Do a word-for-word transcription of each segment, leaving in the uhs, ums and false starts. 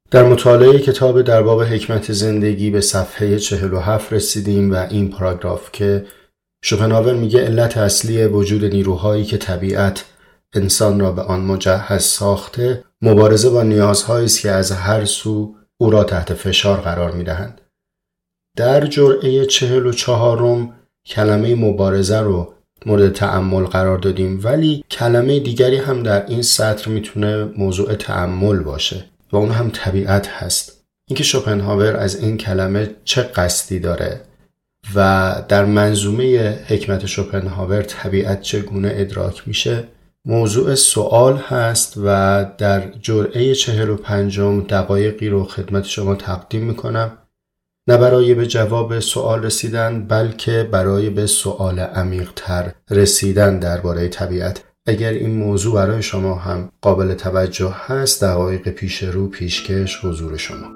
در مطالعه کتاب در باب حکمت زندگی به صفحه چهل و هفت رسیدیم و این پاراگراف که شوپنهاور میگه علت اصلی وجود نیروهایی که طبیعت انسان را به آن مجهز ساخته مبارزه با نیازهایی است که از هر سو او را تحت فشار قرار میدهند. در جرعه چهل و چهارم کلمه مبارزه رو مورد تأمل قرار دادیم، ولی کلمه دیگری هم در این سطر میتونه موضوع تأمل باشه و اون هم طبیعت هست. اینکه شوپنهاور از این کلمه چه قصدی داره و در منظومه حکمت شوپنهاور طبیعت چگونه ادراک میشه موضوع سوال هست و در جرعه چهل و پنجم دقایقی رو خدمت شما تقدیم میکنم، نه برای به جواب سوال رسیدن بلکه برای به سوال عمیق‌تر رسیدن درباره طبیعت. اگر این موضوع برای شما هم قابل توجه هست، دقایق پیش رو پیشکش حضور شما.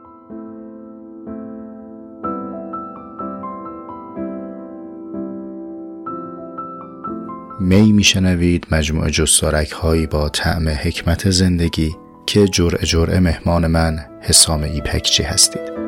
می میشنوید مجموعه جستارک هایی با طعم حکمت زندگی که جرعه جرعه مهمان من حسام ایپکچی هستید.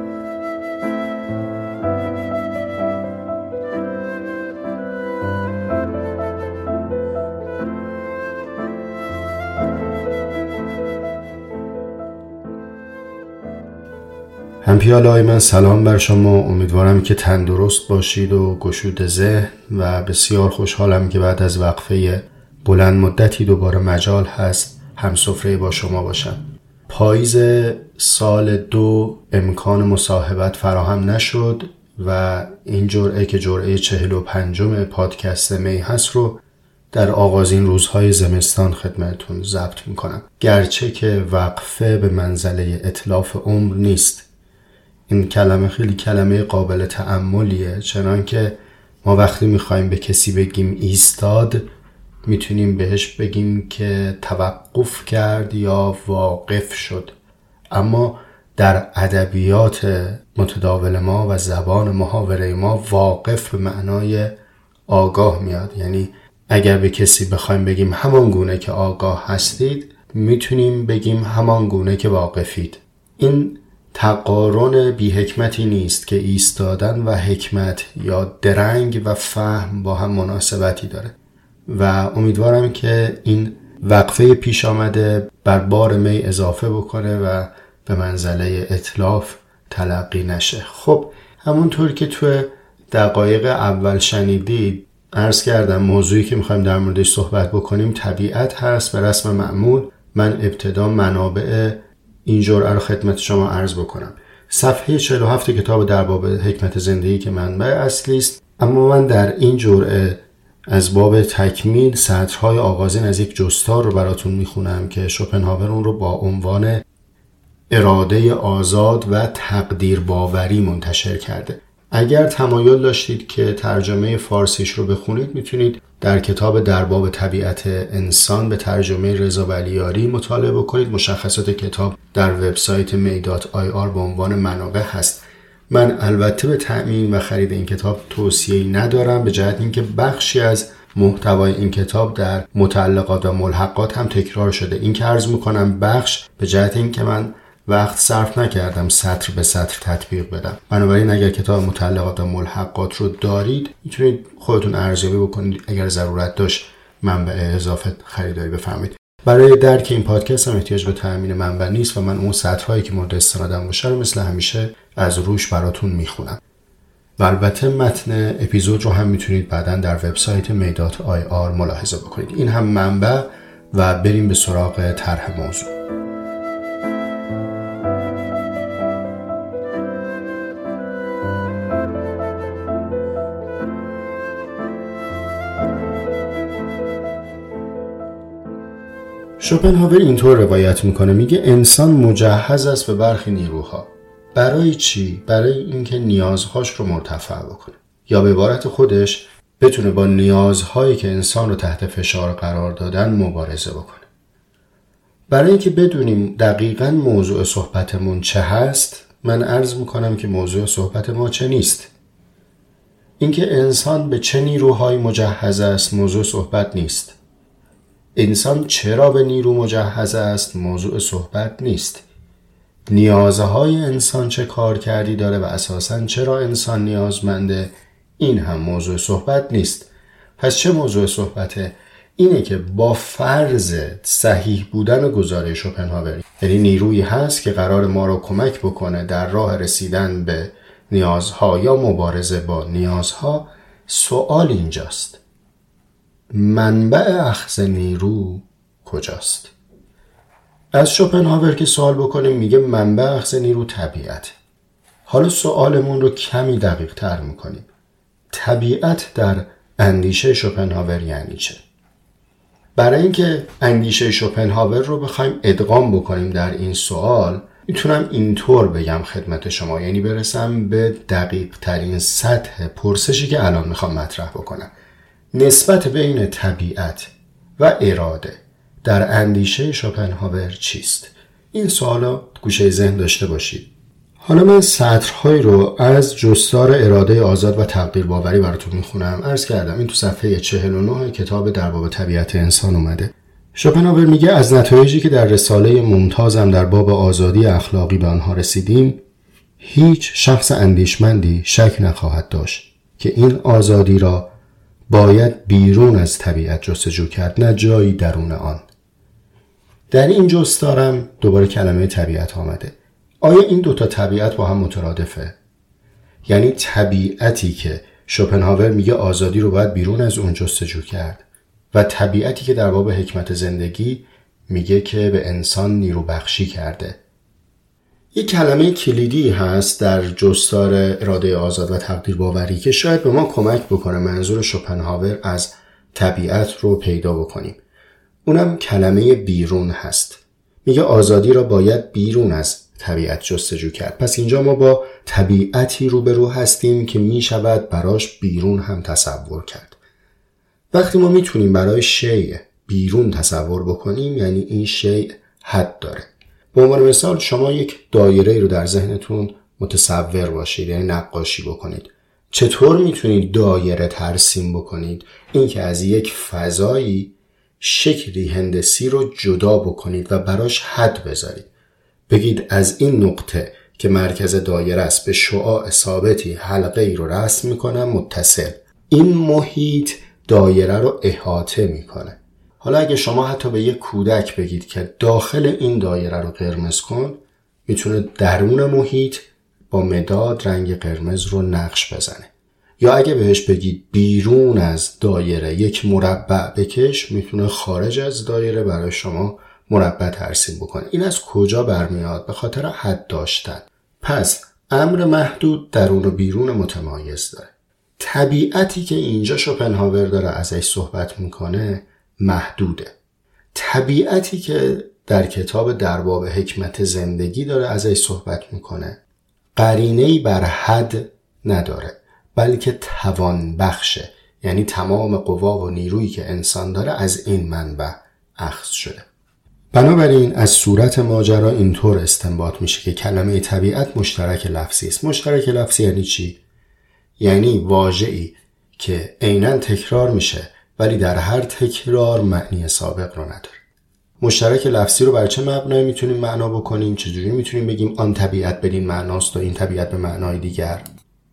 همپیاله‌های من، سلام بر شما. امیدوارم که تندرست باشید و گشوده ذهن و بسیار خوشحالم که بعد از وقفه بلند مدتی دوباره مجال هست همسفره با شما باشم. پاییز سال دو امکان مصاحبت فراهم نشد و این جرعه که جرعه چهل و پنجم پادکست می هست رو در آغازین روزهای زمستان خدمتتون ضبط میکنم، گرچه که وقفه به منزله اتلاف عمر نیست. این کلمه خیلی کلمه قابل تأملیه، چنان که ما وقتی میخوایم به کسی بگیم ایستاد میتونیم بهش بگیم که توقف کرد یا واقف شد، اما در ادبیات متداول ما و زبان محاوره ما واقف به معنای آگاه میاد. یعنی اگر به کسی بخوایم بگیم همان گونه که آگاه هستید، میتونیم بگیم همان گونه که واقفید. این تقارن بی حکمتی نیست که ایستادن و حکمت یا درنگ و فهم با هم مناسبتی داره و امیدوارم که این وقفه پیش آمده بر بار می اضافه بکنه و به منزله اتلاف تلقی نشه. خب همونطور که تو دقایق اول شنیدید عرض کردم موضوعی که میخوایم در موردش صحبت بکنیم طبیعت هست. به رسم معمول من ابتدا منابع این جرعه رو خدمت شما عرض بکنم. صفحه چهل و هفت کتاب در باب حکمت زندگی که منبع اصلی است، اما من در این جرعه از باب تکمیل سطرهای آغازین از یک جستار رو براتون میخونم که شوپنهاور اون رو با عنوان اراده آزاد و تقدیر باوری منتشر کرده. اگر تمایل داشتید که ترجمه فارسیش رو بخونید میتونید در کتاب در باب طبیعت انسان به ترجمه رضا ولیاری مطالعه بکنید. مشخصات کتاب در وبسایت می دات آی آر به عنوان منابع هست. من البته به تأمین و خرید این کتاب توصیه‌ای ندارم، به جهت اینکه بخشی از محتوای این کتاب در متعلقات و ملحقات هم تکرار شده. این که عرض میکنم بخش به جهت اینکه من وقت صرف نکردم سطر به سطر تطبیق بدم. بنابراین اگر کتاب متعلقات و ملحقات رو دارید میتونید خودتون ارزیابی بکنید، اگر ضرورت داشت منبع اضافه خریداری بفرمایید. برای درک این پادکست هم احتیاج به تامین منبع نیست و من اون سطرهایی که مورد استنادم باشه رو مثل همیشه از روش براتون میخونم. و البته متن اپیزود رو هم میتونید بعداً در وبسایت می دات آی آر ملاحظه بکنید. این هم منبع و بریم به سراغ طرح موضوع. شوپنهاور اینطور روایت میکنه، میگه انسان مجهز است به برخی نیروها. برای چی؟ برای اینکه نیازهاش رو مرتفع بکنه، یا به عبارت خودش بتونه با نیازهایی که انسان رو تحت فشار قرار دادن مبارزه بکنه. برای اینکه بدونیم دقیقاً موضوع صحبتمون چه هست، من عرض میکنم که موضوع صحبت ما چه نیست. اینکه انسان به چه نیروهایی مجهز است موضوع صحبت نیست. انسان چرا به نیرو مجهز است موضوع صحبت نیست. نیازهای انسان چه کار کردی داره و اساساً چرا انسان نیازمنده، این هم موضوع صحبت نیست. پس چه موضوع صحبته؟ اینه که با فرض صحیح بودن گزاره شوپنهاور، یعنی نیرویی هست که قرار ما رو کمک بکنه در راه رسیدن به نیازها یا مبارزه با نیازها، سوال اینجاست: منبع اخذ نیرو کجاست؟ از شوپنهاور که سوال بکنیم میگه منبع اخذ نیرو طبیعت. حالا سوالمون رو کمی دقیق تر میکنیم. طبیعت در اندیشه شوپنهاور یعنی چه؟ برای اینکه اندیشه شوپنهاور رو بخوایم ادغام بکنیم در این سوال، میتونم اینطور بگم خدمت شما، یعنی برسم به دقیق ترین سطح پرسشی که الان میخوام مطرح بکنم. نسبت بین طبیعت و اراده در اندیشه شوپنهاور چیست؟ این سوالا گوشه ذهن داشته باشید. حالا من سطرهایی رو از جستار اراده آزاد و تقدیر باوری براتون میخونم. عرض کردم این تو صفحه چهل و نه کتاب در باب طبیعت انسان اومده. شوپنهاور میگه از نتایجی که در رساله ممتازم در باب آزادی اخلاقی به آنها رسیدیم، هیچ شخص اندیشمندی شک نخواهد داشت که این آزادی را باید بیرون از طبیعت جستجو کرد، نه جایی درون آن. در این جستارم دوباره کلمه طبیعت آمده. آیا این دوتا طبیعت با هم مترادفه؟ یعنی طبیعتی که شوپنهاور میگه آزادی رو باید بیرون از اون جستجو کرد و طبیعتی که در باب حکمت زندگی میگه که به انسان نیرو بخشی کرده. یک کلمه کلیدی هست در جستار اراده آزاد و تقدیر باوری که شاید به ما کمک بکنه منظور شوپنهاور از طبیعت رو پیدا بکنیم. اونم کلمه بیرون هست. میگه آزادی را باید بیرون از طبیعت جستجو کرد. پس اینجا ما با طبیعتی روبرو هستیم که میشود براش بیرون هم تصور کرد. وقتی ما میتونیم برای شیء بیرون تصور بکنیم، یعنی این شیء حد داره. به عنوان مثال شما یک دایره رو در ذهنتون متصور باشید، یعنی نقاشی بکنید. چطور میتونید دایره ترسیم بکنید؟ این که از یک فضایی شکلی هندسی رو جدا بکنید و براش حد بذارید. بگید از این نقطه که مرکز دایره است به شعاع ثابتی حلقه ای رو رسم میکنم متصل. این محیط دایره رو احاطه میکنه. حالا اگه شما حتی به یک کودک بگید که داخل این دایره رو قرمز کن، میتونه درون محیط با مداد رنگ قرمز رو نقش بزنه. یا اگه بهش بگید بیرون از دایره یک مربع بکش، میتونه خارج از دایره برای شما مربع ترسیم بکنه. این از کجا برمیاد؟ به خاطر حد داشتن. پس امر محدود درون و بیرون متمایز داره. طبیعتی که اینجا شوپنهاور داره ازش صحبت میکنه محدوده. طبیعتی که در کتاب در باب حکمت زندگی داره ازش صحبت میکنه قرینه‌ای بر حد نداره، بلکه توان بخشه. یعنی تمام قوا و نیرویی که انسان داره از این منبع اخذ شده. بنابراین از صورت ماجرا اینطور استنباط میشه که کلمه طبیعت مشترک لفظی است. مشترک لفظی یعنی چی؟ یعنی واژه‌ای که عیناً تکرار میشه ولی در هر تکرار معنی سابق رو نداره. مشترک لفظی رو بر چه مبنایی میتونیم معنا بکنیم؟ چجوری میتونیم بگیم آن طبیعت بدین معناست و این طبیعت به معنای دیگر؟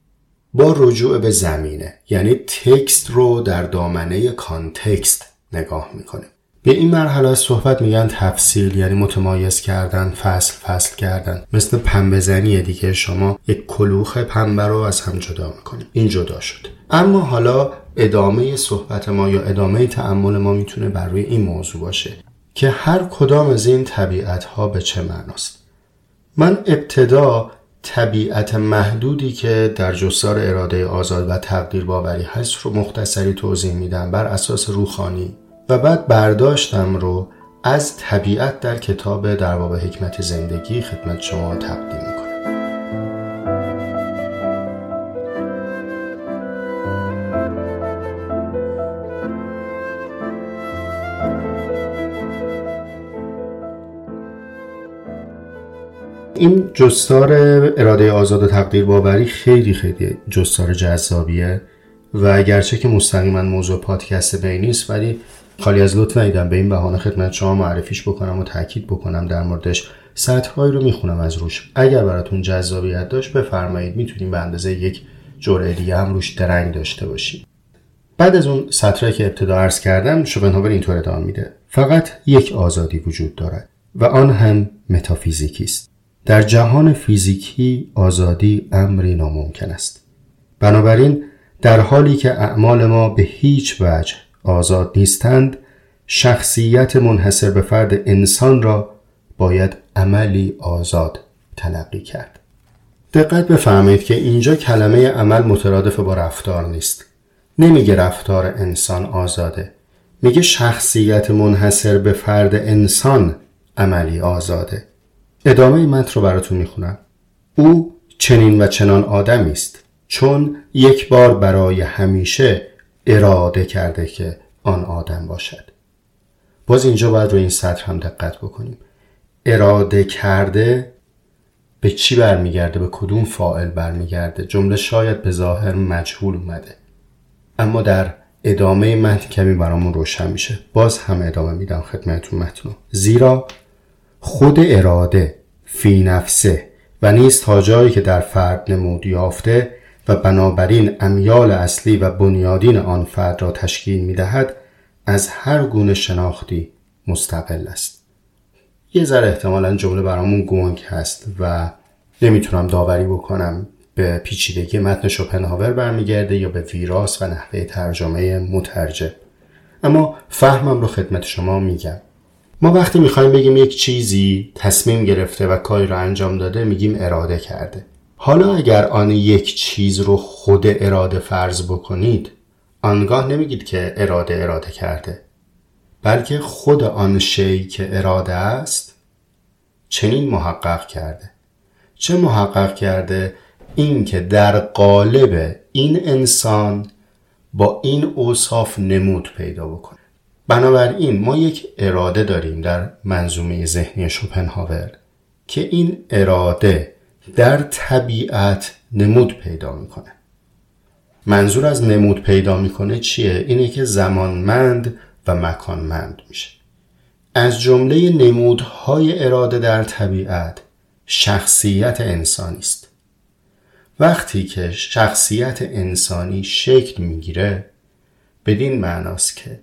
با رجوع به زمینه، یعنی تکست رو در دامنه کانتکست نگاه میکنیم. به این مرحله از صحبت میگن تفصیل، یعنی متمایز کردن، فصل فصل کردن. مثل پنبه زنیه دیگه، شما یک کلوخ پنبه رو از هم جدا میکنید. این جدا شد. اما حالا ادامه صحبت ما یا ادامه تأمل ما میتونه بر روی این موضوع باشه که هر کدام از این طبیعت ها به چه معناست. من ابتدا طبیعت محدودی که در جستار اراده آزاد و تقدیر باوری هست رو مختصری توضیح میدم بر اساس روحانی و بعد برداشتم رو از طبیعت در کتاب در باب حکمت زندگی خدمت شما تقدیم میکنم. این جستار اراده آزاد و تقدیر باوری خیلی خیلی جستار جذابیه و اگرچه که مستقیما موضوع پادکست بین نیست، ولی خالی از لطف ندیدم به این بهانه خدمت شما معرفیش بکنم و تاکید بکنم در موردش سطرهایی رو میخونم از روش. اگر براتون جذابیت داشت بفرمایید، میتونیم به اندازه یک جرعه دیگه هم روش درنگ داشته باشیم. بعد از اون سطرهایی که ابتدا عرض کردم، شوپنهاور اینطور ادامه میده: فقط یک آزادی وجود دارد و آن هم متافیزیکی است. در جهان فیزیکی آزادی امری ناممکن است. بنابراین در حالی که اعمال ما به هیچ وجه آزاد نیستند، شخصیت منحصر به فرد انسان را باید عملی آزاد تلقی کرد. دقت بفرمایید که اینجا کلمه عمل مترادف با رفتار نیست. نمیگه رفتار انسان آزاده، میگه شخصیت منحصر به فرد انسان عملی آزاده. ادامه متن رو براتون میخونم. او چنین و چنان آدمی است چون یک بار برای همیشه اراده کرده که آن آدم باشد. باز اینجا باید رو این سطر هم دقت بکنیم. اراده کرده به چی برمیگرده؟ به کدوم فاعل برمیگرده؟ جمله شاید به ظاهر مجهول اومده، اما در ادامه متن کمی برامون روشن میشه. باز هم ادامه میدم خدمتتون متن. زیرا خود اراده فی نفسه و نیست تا جایی که در فرد نمود یافته و بنابراین امیال اصلی و بنیادین آن فرد را تشکیل میدهد، از هر گونه شناختی مستقل است. یه ذره احتمالاً جمله برامون گنگ هست و نمیتونم داوری بکنم به پیچیدگی متن شوپنهاور برمیگرده یا به ویراس و نحوه ترجمه مترجم، اما فهمم رو خدمت شما میگم. ما وقتی میخوایم بگیم یک چیزی تصمیم گرفته و کاری رو انجام داده، میگیم اراده کرده. حالا اگر آن یک چیز رو خود اراده فرض بکنید، آنگاه نمیگید که اراده اراده کرده، بلکه خود آن شیء که اراده است چنین محقق کرده. چه محقق کرده؟ این که در قالب این انسان با این اوصاف نمود پیدا بکنه. بنابراین ما یک اراده داریم در منظومه ذهنی شوپنهاور که این اراده در طبیعت نمود پیدا میکنه. منظور از نمود پیدا میکنه چیه؟ اینه که زمانمند و مکانمند میشه. از جمله نمودهای اراده در طبیعت شخصیت انسانی است. وقتی که شخصیت انسانی شکل میگیره، بدین معناست که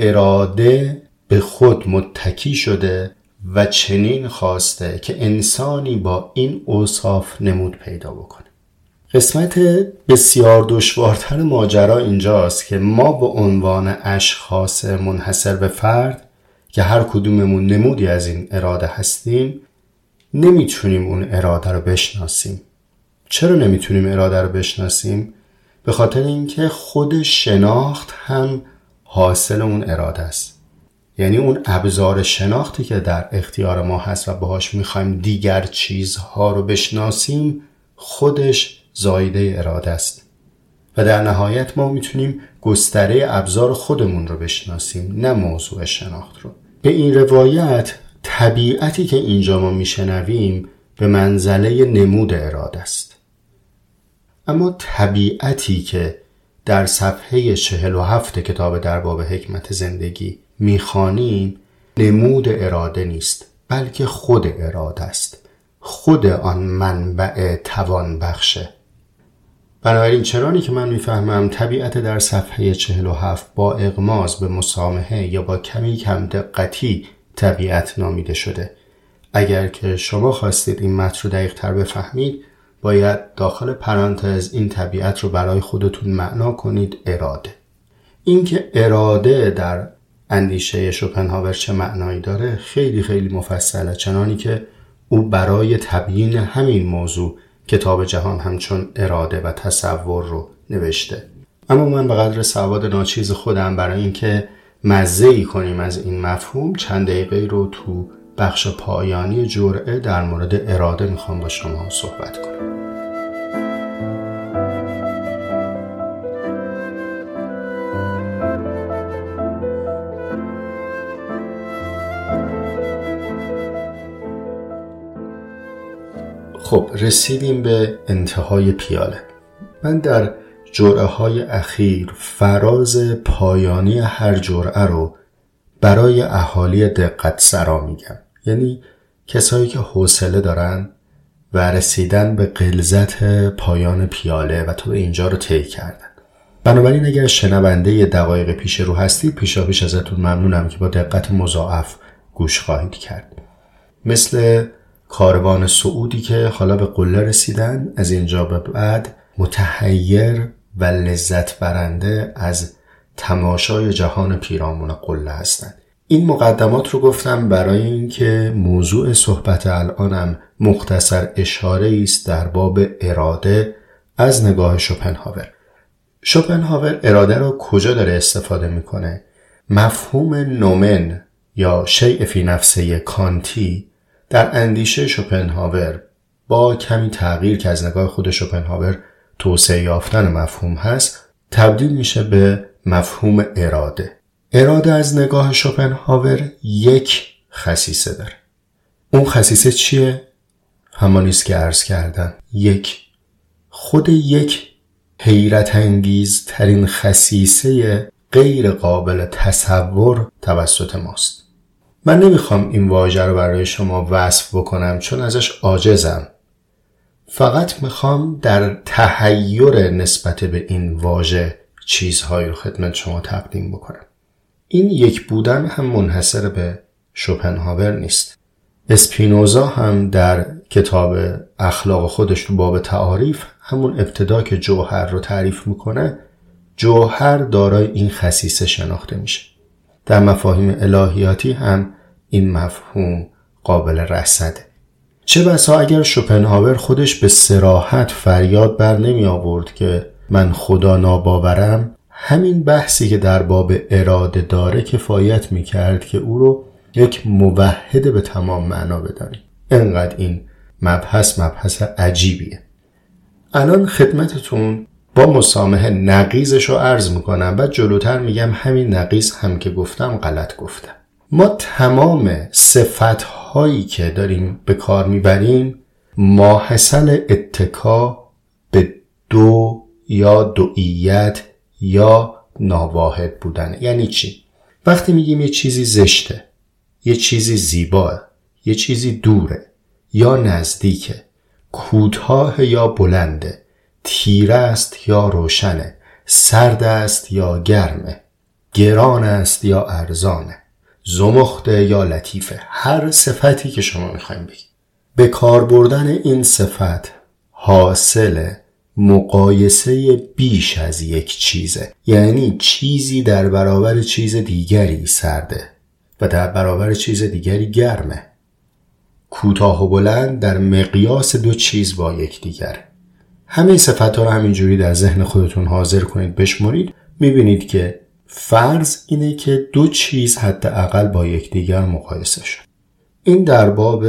اراده به خود متکی شده و چنین خواسته که انسانی با این اوصاف نمود پیدا بکنه. قسمت بسیار دشوارتر ماجرا اینجاست که ما به عنوان اشخاص منحصر به فرد که هر کدوممون نمودی از این اراده هستیم، نمیتونیم اون اراده رو بشناسیم. چرا نمیتونیم اراده رو بشناسیم؟ به خاطر اینکه خود شناخت هم حاصل اون اراده است. یعنی اون ابزار شناختی که در اختیار ما هست و باهاش میخوایم دیگر چیزها رو بشناسیم، خودش زایده اراده است. و در نهایت ما میتونیم گستره ابزار خودمون رو بشناسیم، نه موضوع شناخت رو. به این روایت طبیعتی که اینجا ما میشنویم به منزله نمود اراده است. اما طبیعتی که در صفحه چهل و هفت کتاب در باب حکمت زندگی میخوانیم نمود اراده نیست، بلکه خود اراده است. خود آن منبع توان بخشه. بنابراین چنانی که من میفهمم طبیعت در صفحه چهل و هفت با اغماض به مسامحه یا با کمی کم دقتی طبیعت نامیده شده. اگر که شما خواستید این متن رو دقیق تر بفهمید، باید داخل پرانتز این طبیعت رو برای خودتون معنا کنید اراده. این که اراده در اندیشه شوپنهاور چه معنایی داره خیلی خیلی مفصله، چنانی که او برای تبیین همین موضوع کتاب جهان همچون اراده و تصور رو نوشته. اما من به قدر سواد ناچیز خودم برای اینکه مزه‌ای کنیم از این مفهوم چند دقیقه رو تو بخش پایانی جرعه در مورد اراده میخوام با شما صحبت کنم. خب رسیدیم به انتهای پیاله. من در جرعه های اخیر فراز پایانی هر جرعه رو برای اهالی دقت سرا میگم. یعنی کسایی که حوصله دارن و رسیدن به غلظت پایان پیاله و تا اینجا رو طی کردن. بنابراین اگر شنونده دقایق پیش رو هستید، پیشا پیش ازتون ممنونم که با دقت مضاعف گوش خواهید کرد. مثل کاروان صعودی که حالا به قله رسیدن، از اینجا به بعد متحیر و لذت برنده از تماشای جهان پیرامون قله هستند. این مقدمات رو گفتم برای اینکه موضوع صحبت الانم مختصر اشاره است در باب اراده از نگاه شوپنهاور. شوپنهاور اراده رو کجا داره استفاده میکنه؟ مفهوم نومن یا شیء فی نفسه کانتی در اندیشه شوپنهاور با کمی تغییر که از نگاه خود شوپنهاور توسعه یافتن مفهوم هست، تبدیل میشه به مفهوم اراده. اراده از نگاه شوپنهاور یک خصیصه داره. اون خصیصه چیه؟ همانیست که عرض کردم. یک خود یک حیرت انگیز ترین خصیصه غیر قابل تصور توسط ماست. من نمیخوام این واژه رو برای شما وصف بکنم چون ازش عاجزم. فقط میخوام در تحیر نسبت به این واژه چیزهایی رو خدمت شما تقدیم بکنم. این یک بودن هم منحصر به شوپنهاور نیست. اسپینوزا هم در کتاب اخلاق خودش تو باب تعاریف همون ابتدا که جوهر رو تعریف میکنه، جوهر دارای این خصیصه شناخته میشه. در مفاهیم الهیاتی هم این مفهوم قابل رصده. چه بسا اگر شوپنهاور خودش به صراحت فریاد بر نمی آورد که من خدا ناباورم، همین بحثی که در باب اراده داره کفایت می کرد که او رو یک موحد به تمام معنا بدانیم. انقدر این مبحث مبحث عجیبیه. الان خدمتتون با مسامحه نقیضش رو عرض میکنم، بعد جلوتر میگم همین نقیض هم که گفتم غلط گفتم. ما تمام صفت‌هایی که داریم به کار میبریم ماحصل اتکا به دو یا دوئیت یا ناواحد بودن. یعنی چی؟ وقتی میگیم یه چیزی زشته، یه چیزی زیباه، یه چیزی دوره یا نزدیکه، کوتاه یا بلنده، تیره است یا روشنه، سرد است یا گرمه، گران است یا ارزانه، زمخته یا لطیفه، هر صفتی که شما میخوایم بگید. به کار بردن این صفت حاصل مقایسه بیش از یک چیزه. یعنی چیزی در برابر چیز دیگری سرده و در برابر چیز دیگری گرمه. کوتاه و بلند در مقیاس دو چیز با یک دیگره. همین صفت‌ها رو همینجوری در ذهن خودتون حاضر کنید، بشمرید، میبینید که فرض اینه که دو چیز حداقل با یکدیگر مقایسه شد. این در باب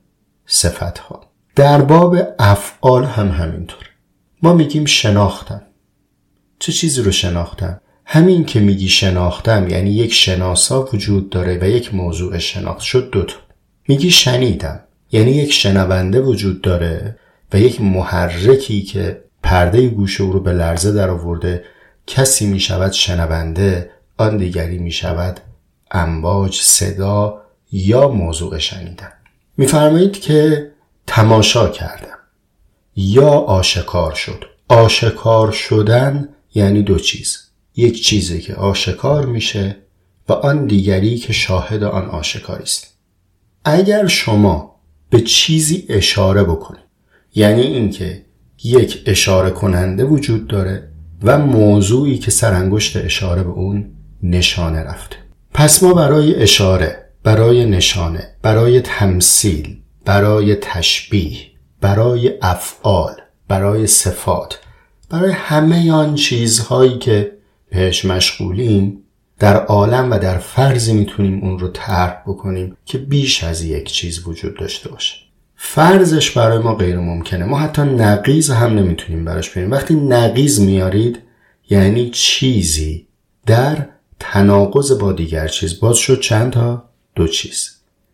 صفت‌ها. در باب افعال هم همینطور. ما میگیم شناختم. چه چیزی رو شناختم؟ همین که میگی شناختم یعنی یک شناسا وجود داره و یک موضوع شناخت شد دوتا. میگی شنیدم یعنی یک شنونده وجود داره و یک محرکی که پرده گوش او رو به لرزه در آورده. کسی میشود شنونده، آن دیگری میشود امواج، صدا یا موضوع شنیدن. میفرمایید که تماشا کردم یا آشکار شد. آشکار شدن یعنی دو چیز. یک چیزی که آشکار میشه و آن دیگری که شاهد آن آشکاری است. اگر شما به چیزی اشاره بکنید، یعنی اینکه یک اشاره کننده وجود داره و موضوعی که سرانگشت اشاره به اون نشانه رفته. پس ما برای اشاره، برای نشانه، برای تمثیل، برای تشبیه، برای افعال، برای صفات، برای همه آن چیزهایی که بهش مشغولیم در عالم و در فرضی میتونیم اون رو طرح بکنیم که بیش از یک چیز وجود داشته باشه. فرضش برای ما غیر ممکنه. ما حتی نقیض هم نمیتونیم براش بیاریم. وقتی نقیض میارید یعنی چیزی در تناقض با دیگر چیز. باز شد چند تا؟ دو چیز.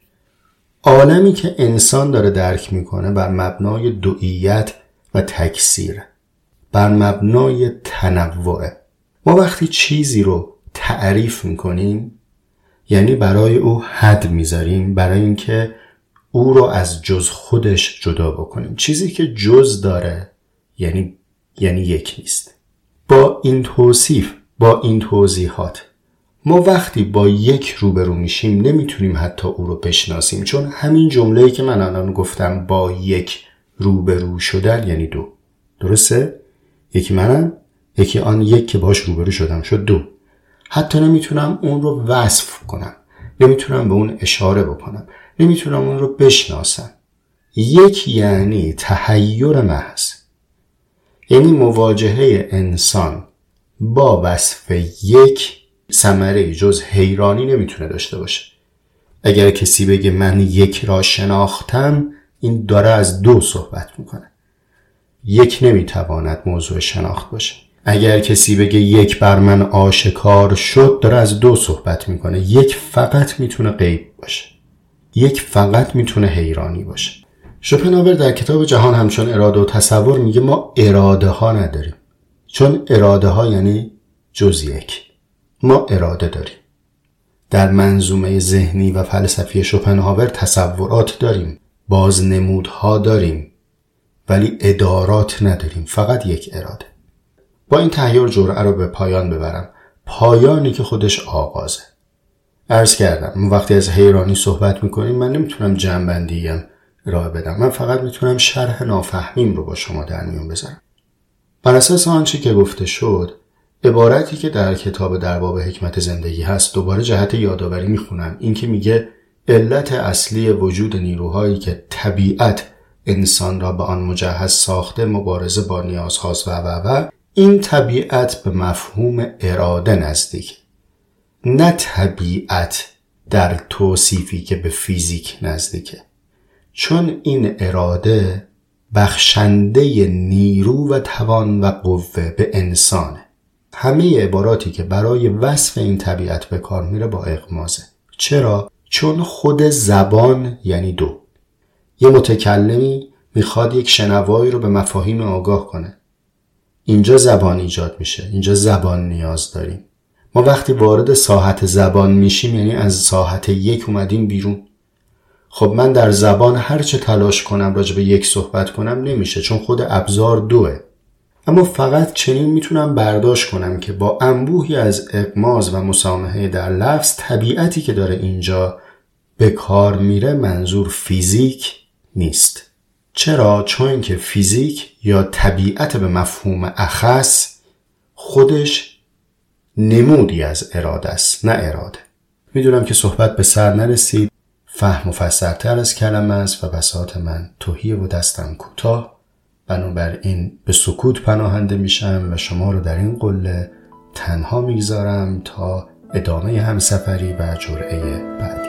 عالمی که انسان داره درک میکنه بر مبنای دوئیت و تکثیر، بر مبنای تنوع. ما وقتی چیزی رو تعریف میکنیم یعنی برای او حد میذاریم، برای اینکه او رو از جز خودش جدا بکنیم. چیزی که جز داره یعنی یعنی یک نیست. با این توصیف، با این توضیحات، ما وقتی با یک روبرو میشیم نمیتونیم حتی او رو بشناسیم، چون همین جمله‌ای که من الان گفتم با یک روبرو شدن یعنی دو. درسته؟ یکی منم، یکی آن یک که باش روبرو شدم شد دو. حتی نمیتونم اون رو وصف کنم، نمیتونم به اون اشاره بکنم، نمیتونم اون رو بشناسم. یک یعنی تحیر محض، یعنی مواجهه انسان با وصف یک ثمره جز حیرانی نمیتونه داشته باشه. اگر کسی بگه من یک را شناختم، این داره از دو صحبت میکنه. یک نمیتواند موضوع شناخت باشه. اگر کسی بگه یک بر من آشکار شد، داره از دو صحبت میکنه. یک فقط میتونه غیب باشه، یک فقط میتونه حیرانی باشه. شوپنهاور در کتاب جهان همچون اراده و تصور میگه ما اراده ها نداریم، چون اراده ها یعنی جز یک. ما اراده داریم. در منظومه ذهنی و فلسفی شوپنهاور تصورات داریم، بازنمودها داریم، ولی ادارات نداریم، فقط یک اراده. با این تحیر جرعه رو به پایان ببرم، پایانی که خودش آغازه. عرض کردم ما وقتی از حیرانی صحبت میکنیم من نمیتونم جمع‌بندیم ارائه بدم، من فقط میتونم شرح نافهمیم رو با شما در میون بذارم. بر اساس آنچه که گفته شد، عبارتی که در کتاب در باب حکمت زندگی هست، دوباره جهت یادآوری میخونم. این که میگه علت اصلی وجود نیروهایی که طبیعت انسان را به آن مجهز ساخته مبارزه با نیازهاست و و و این طبیعت به مفهوم اراده نزدیک، نه طبیعت در توصیفی که به فیزیک نزدیکه، چون این اراده بخشنده نیرو و توان و قوه به انسانه. همه عباراتی که برای وصف این طبیعت به کار میره با اغمازه. چرا؟ چون خود زبان یعنی دو. یه متکلمی میخواد یک شنوایی رو به مفاهیم آگاه کنه. اینجا زبان ایجاد میشه، اینجا زبان نیاز داریم. ما وقتی وارد ساحت زبان میشیم یعنی از ساحت یک اومدیم بیرون. خب من در زبان هر چه تلاش کنم راجع به یک صحبت کنم نمیشه، چون خود ابزار دوه. اما فقط چنین میتونم برداشت کنم که با انبوهی از اغماز و مسامحه در لفظ، طبیعتی که داره اینجا به کار میره منظور فیزیک نیست. چرا؟ چون که فیزیک یا طبیعت به مفهوم اخص خودش نمودی از اراده است، نه اراده. میدونم که صحبت به سر نرسید، فهم مفسرتر از کلمه است و بساط من تهیه و دستم کوتاه، بنابراین به سکوت پناهنده میشم و شما رو در این قله تنها میگذارم تا ادامه همسفری و جرعه بعد.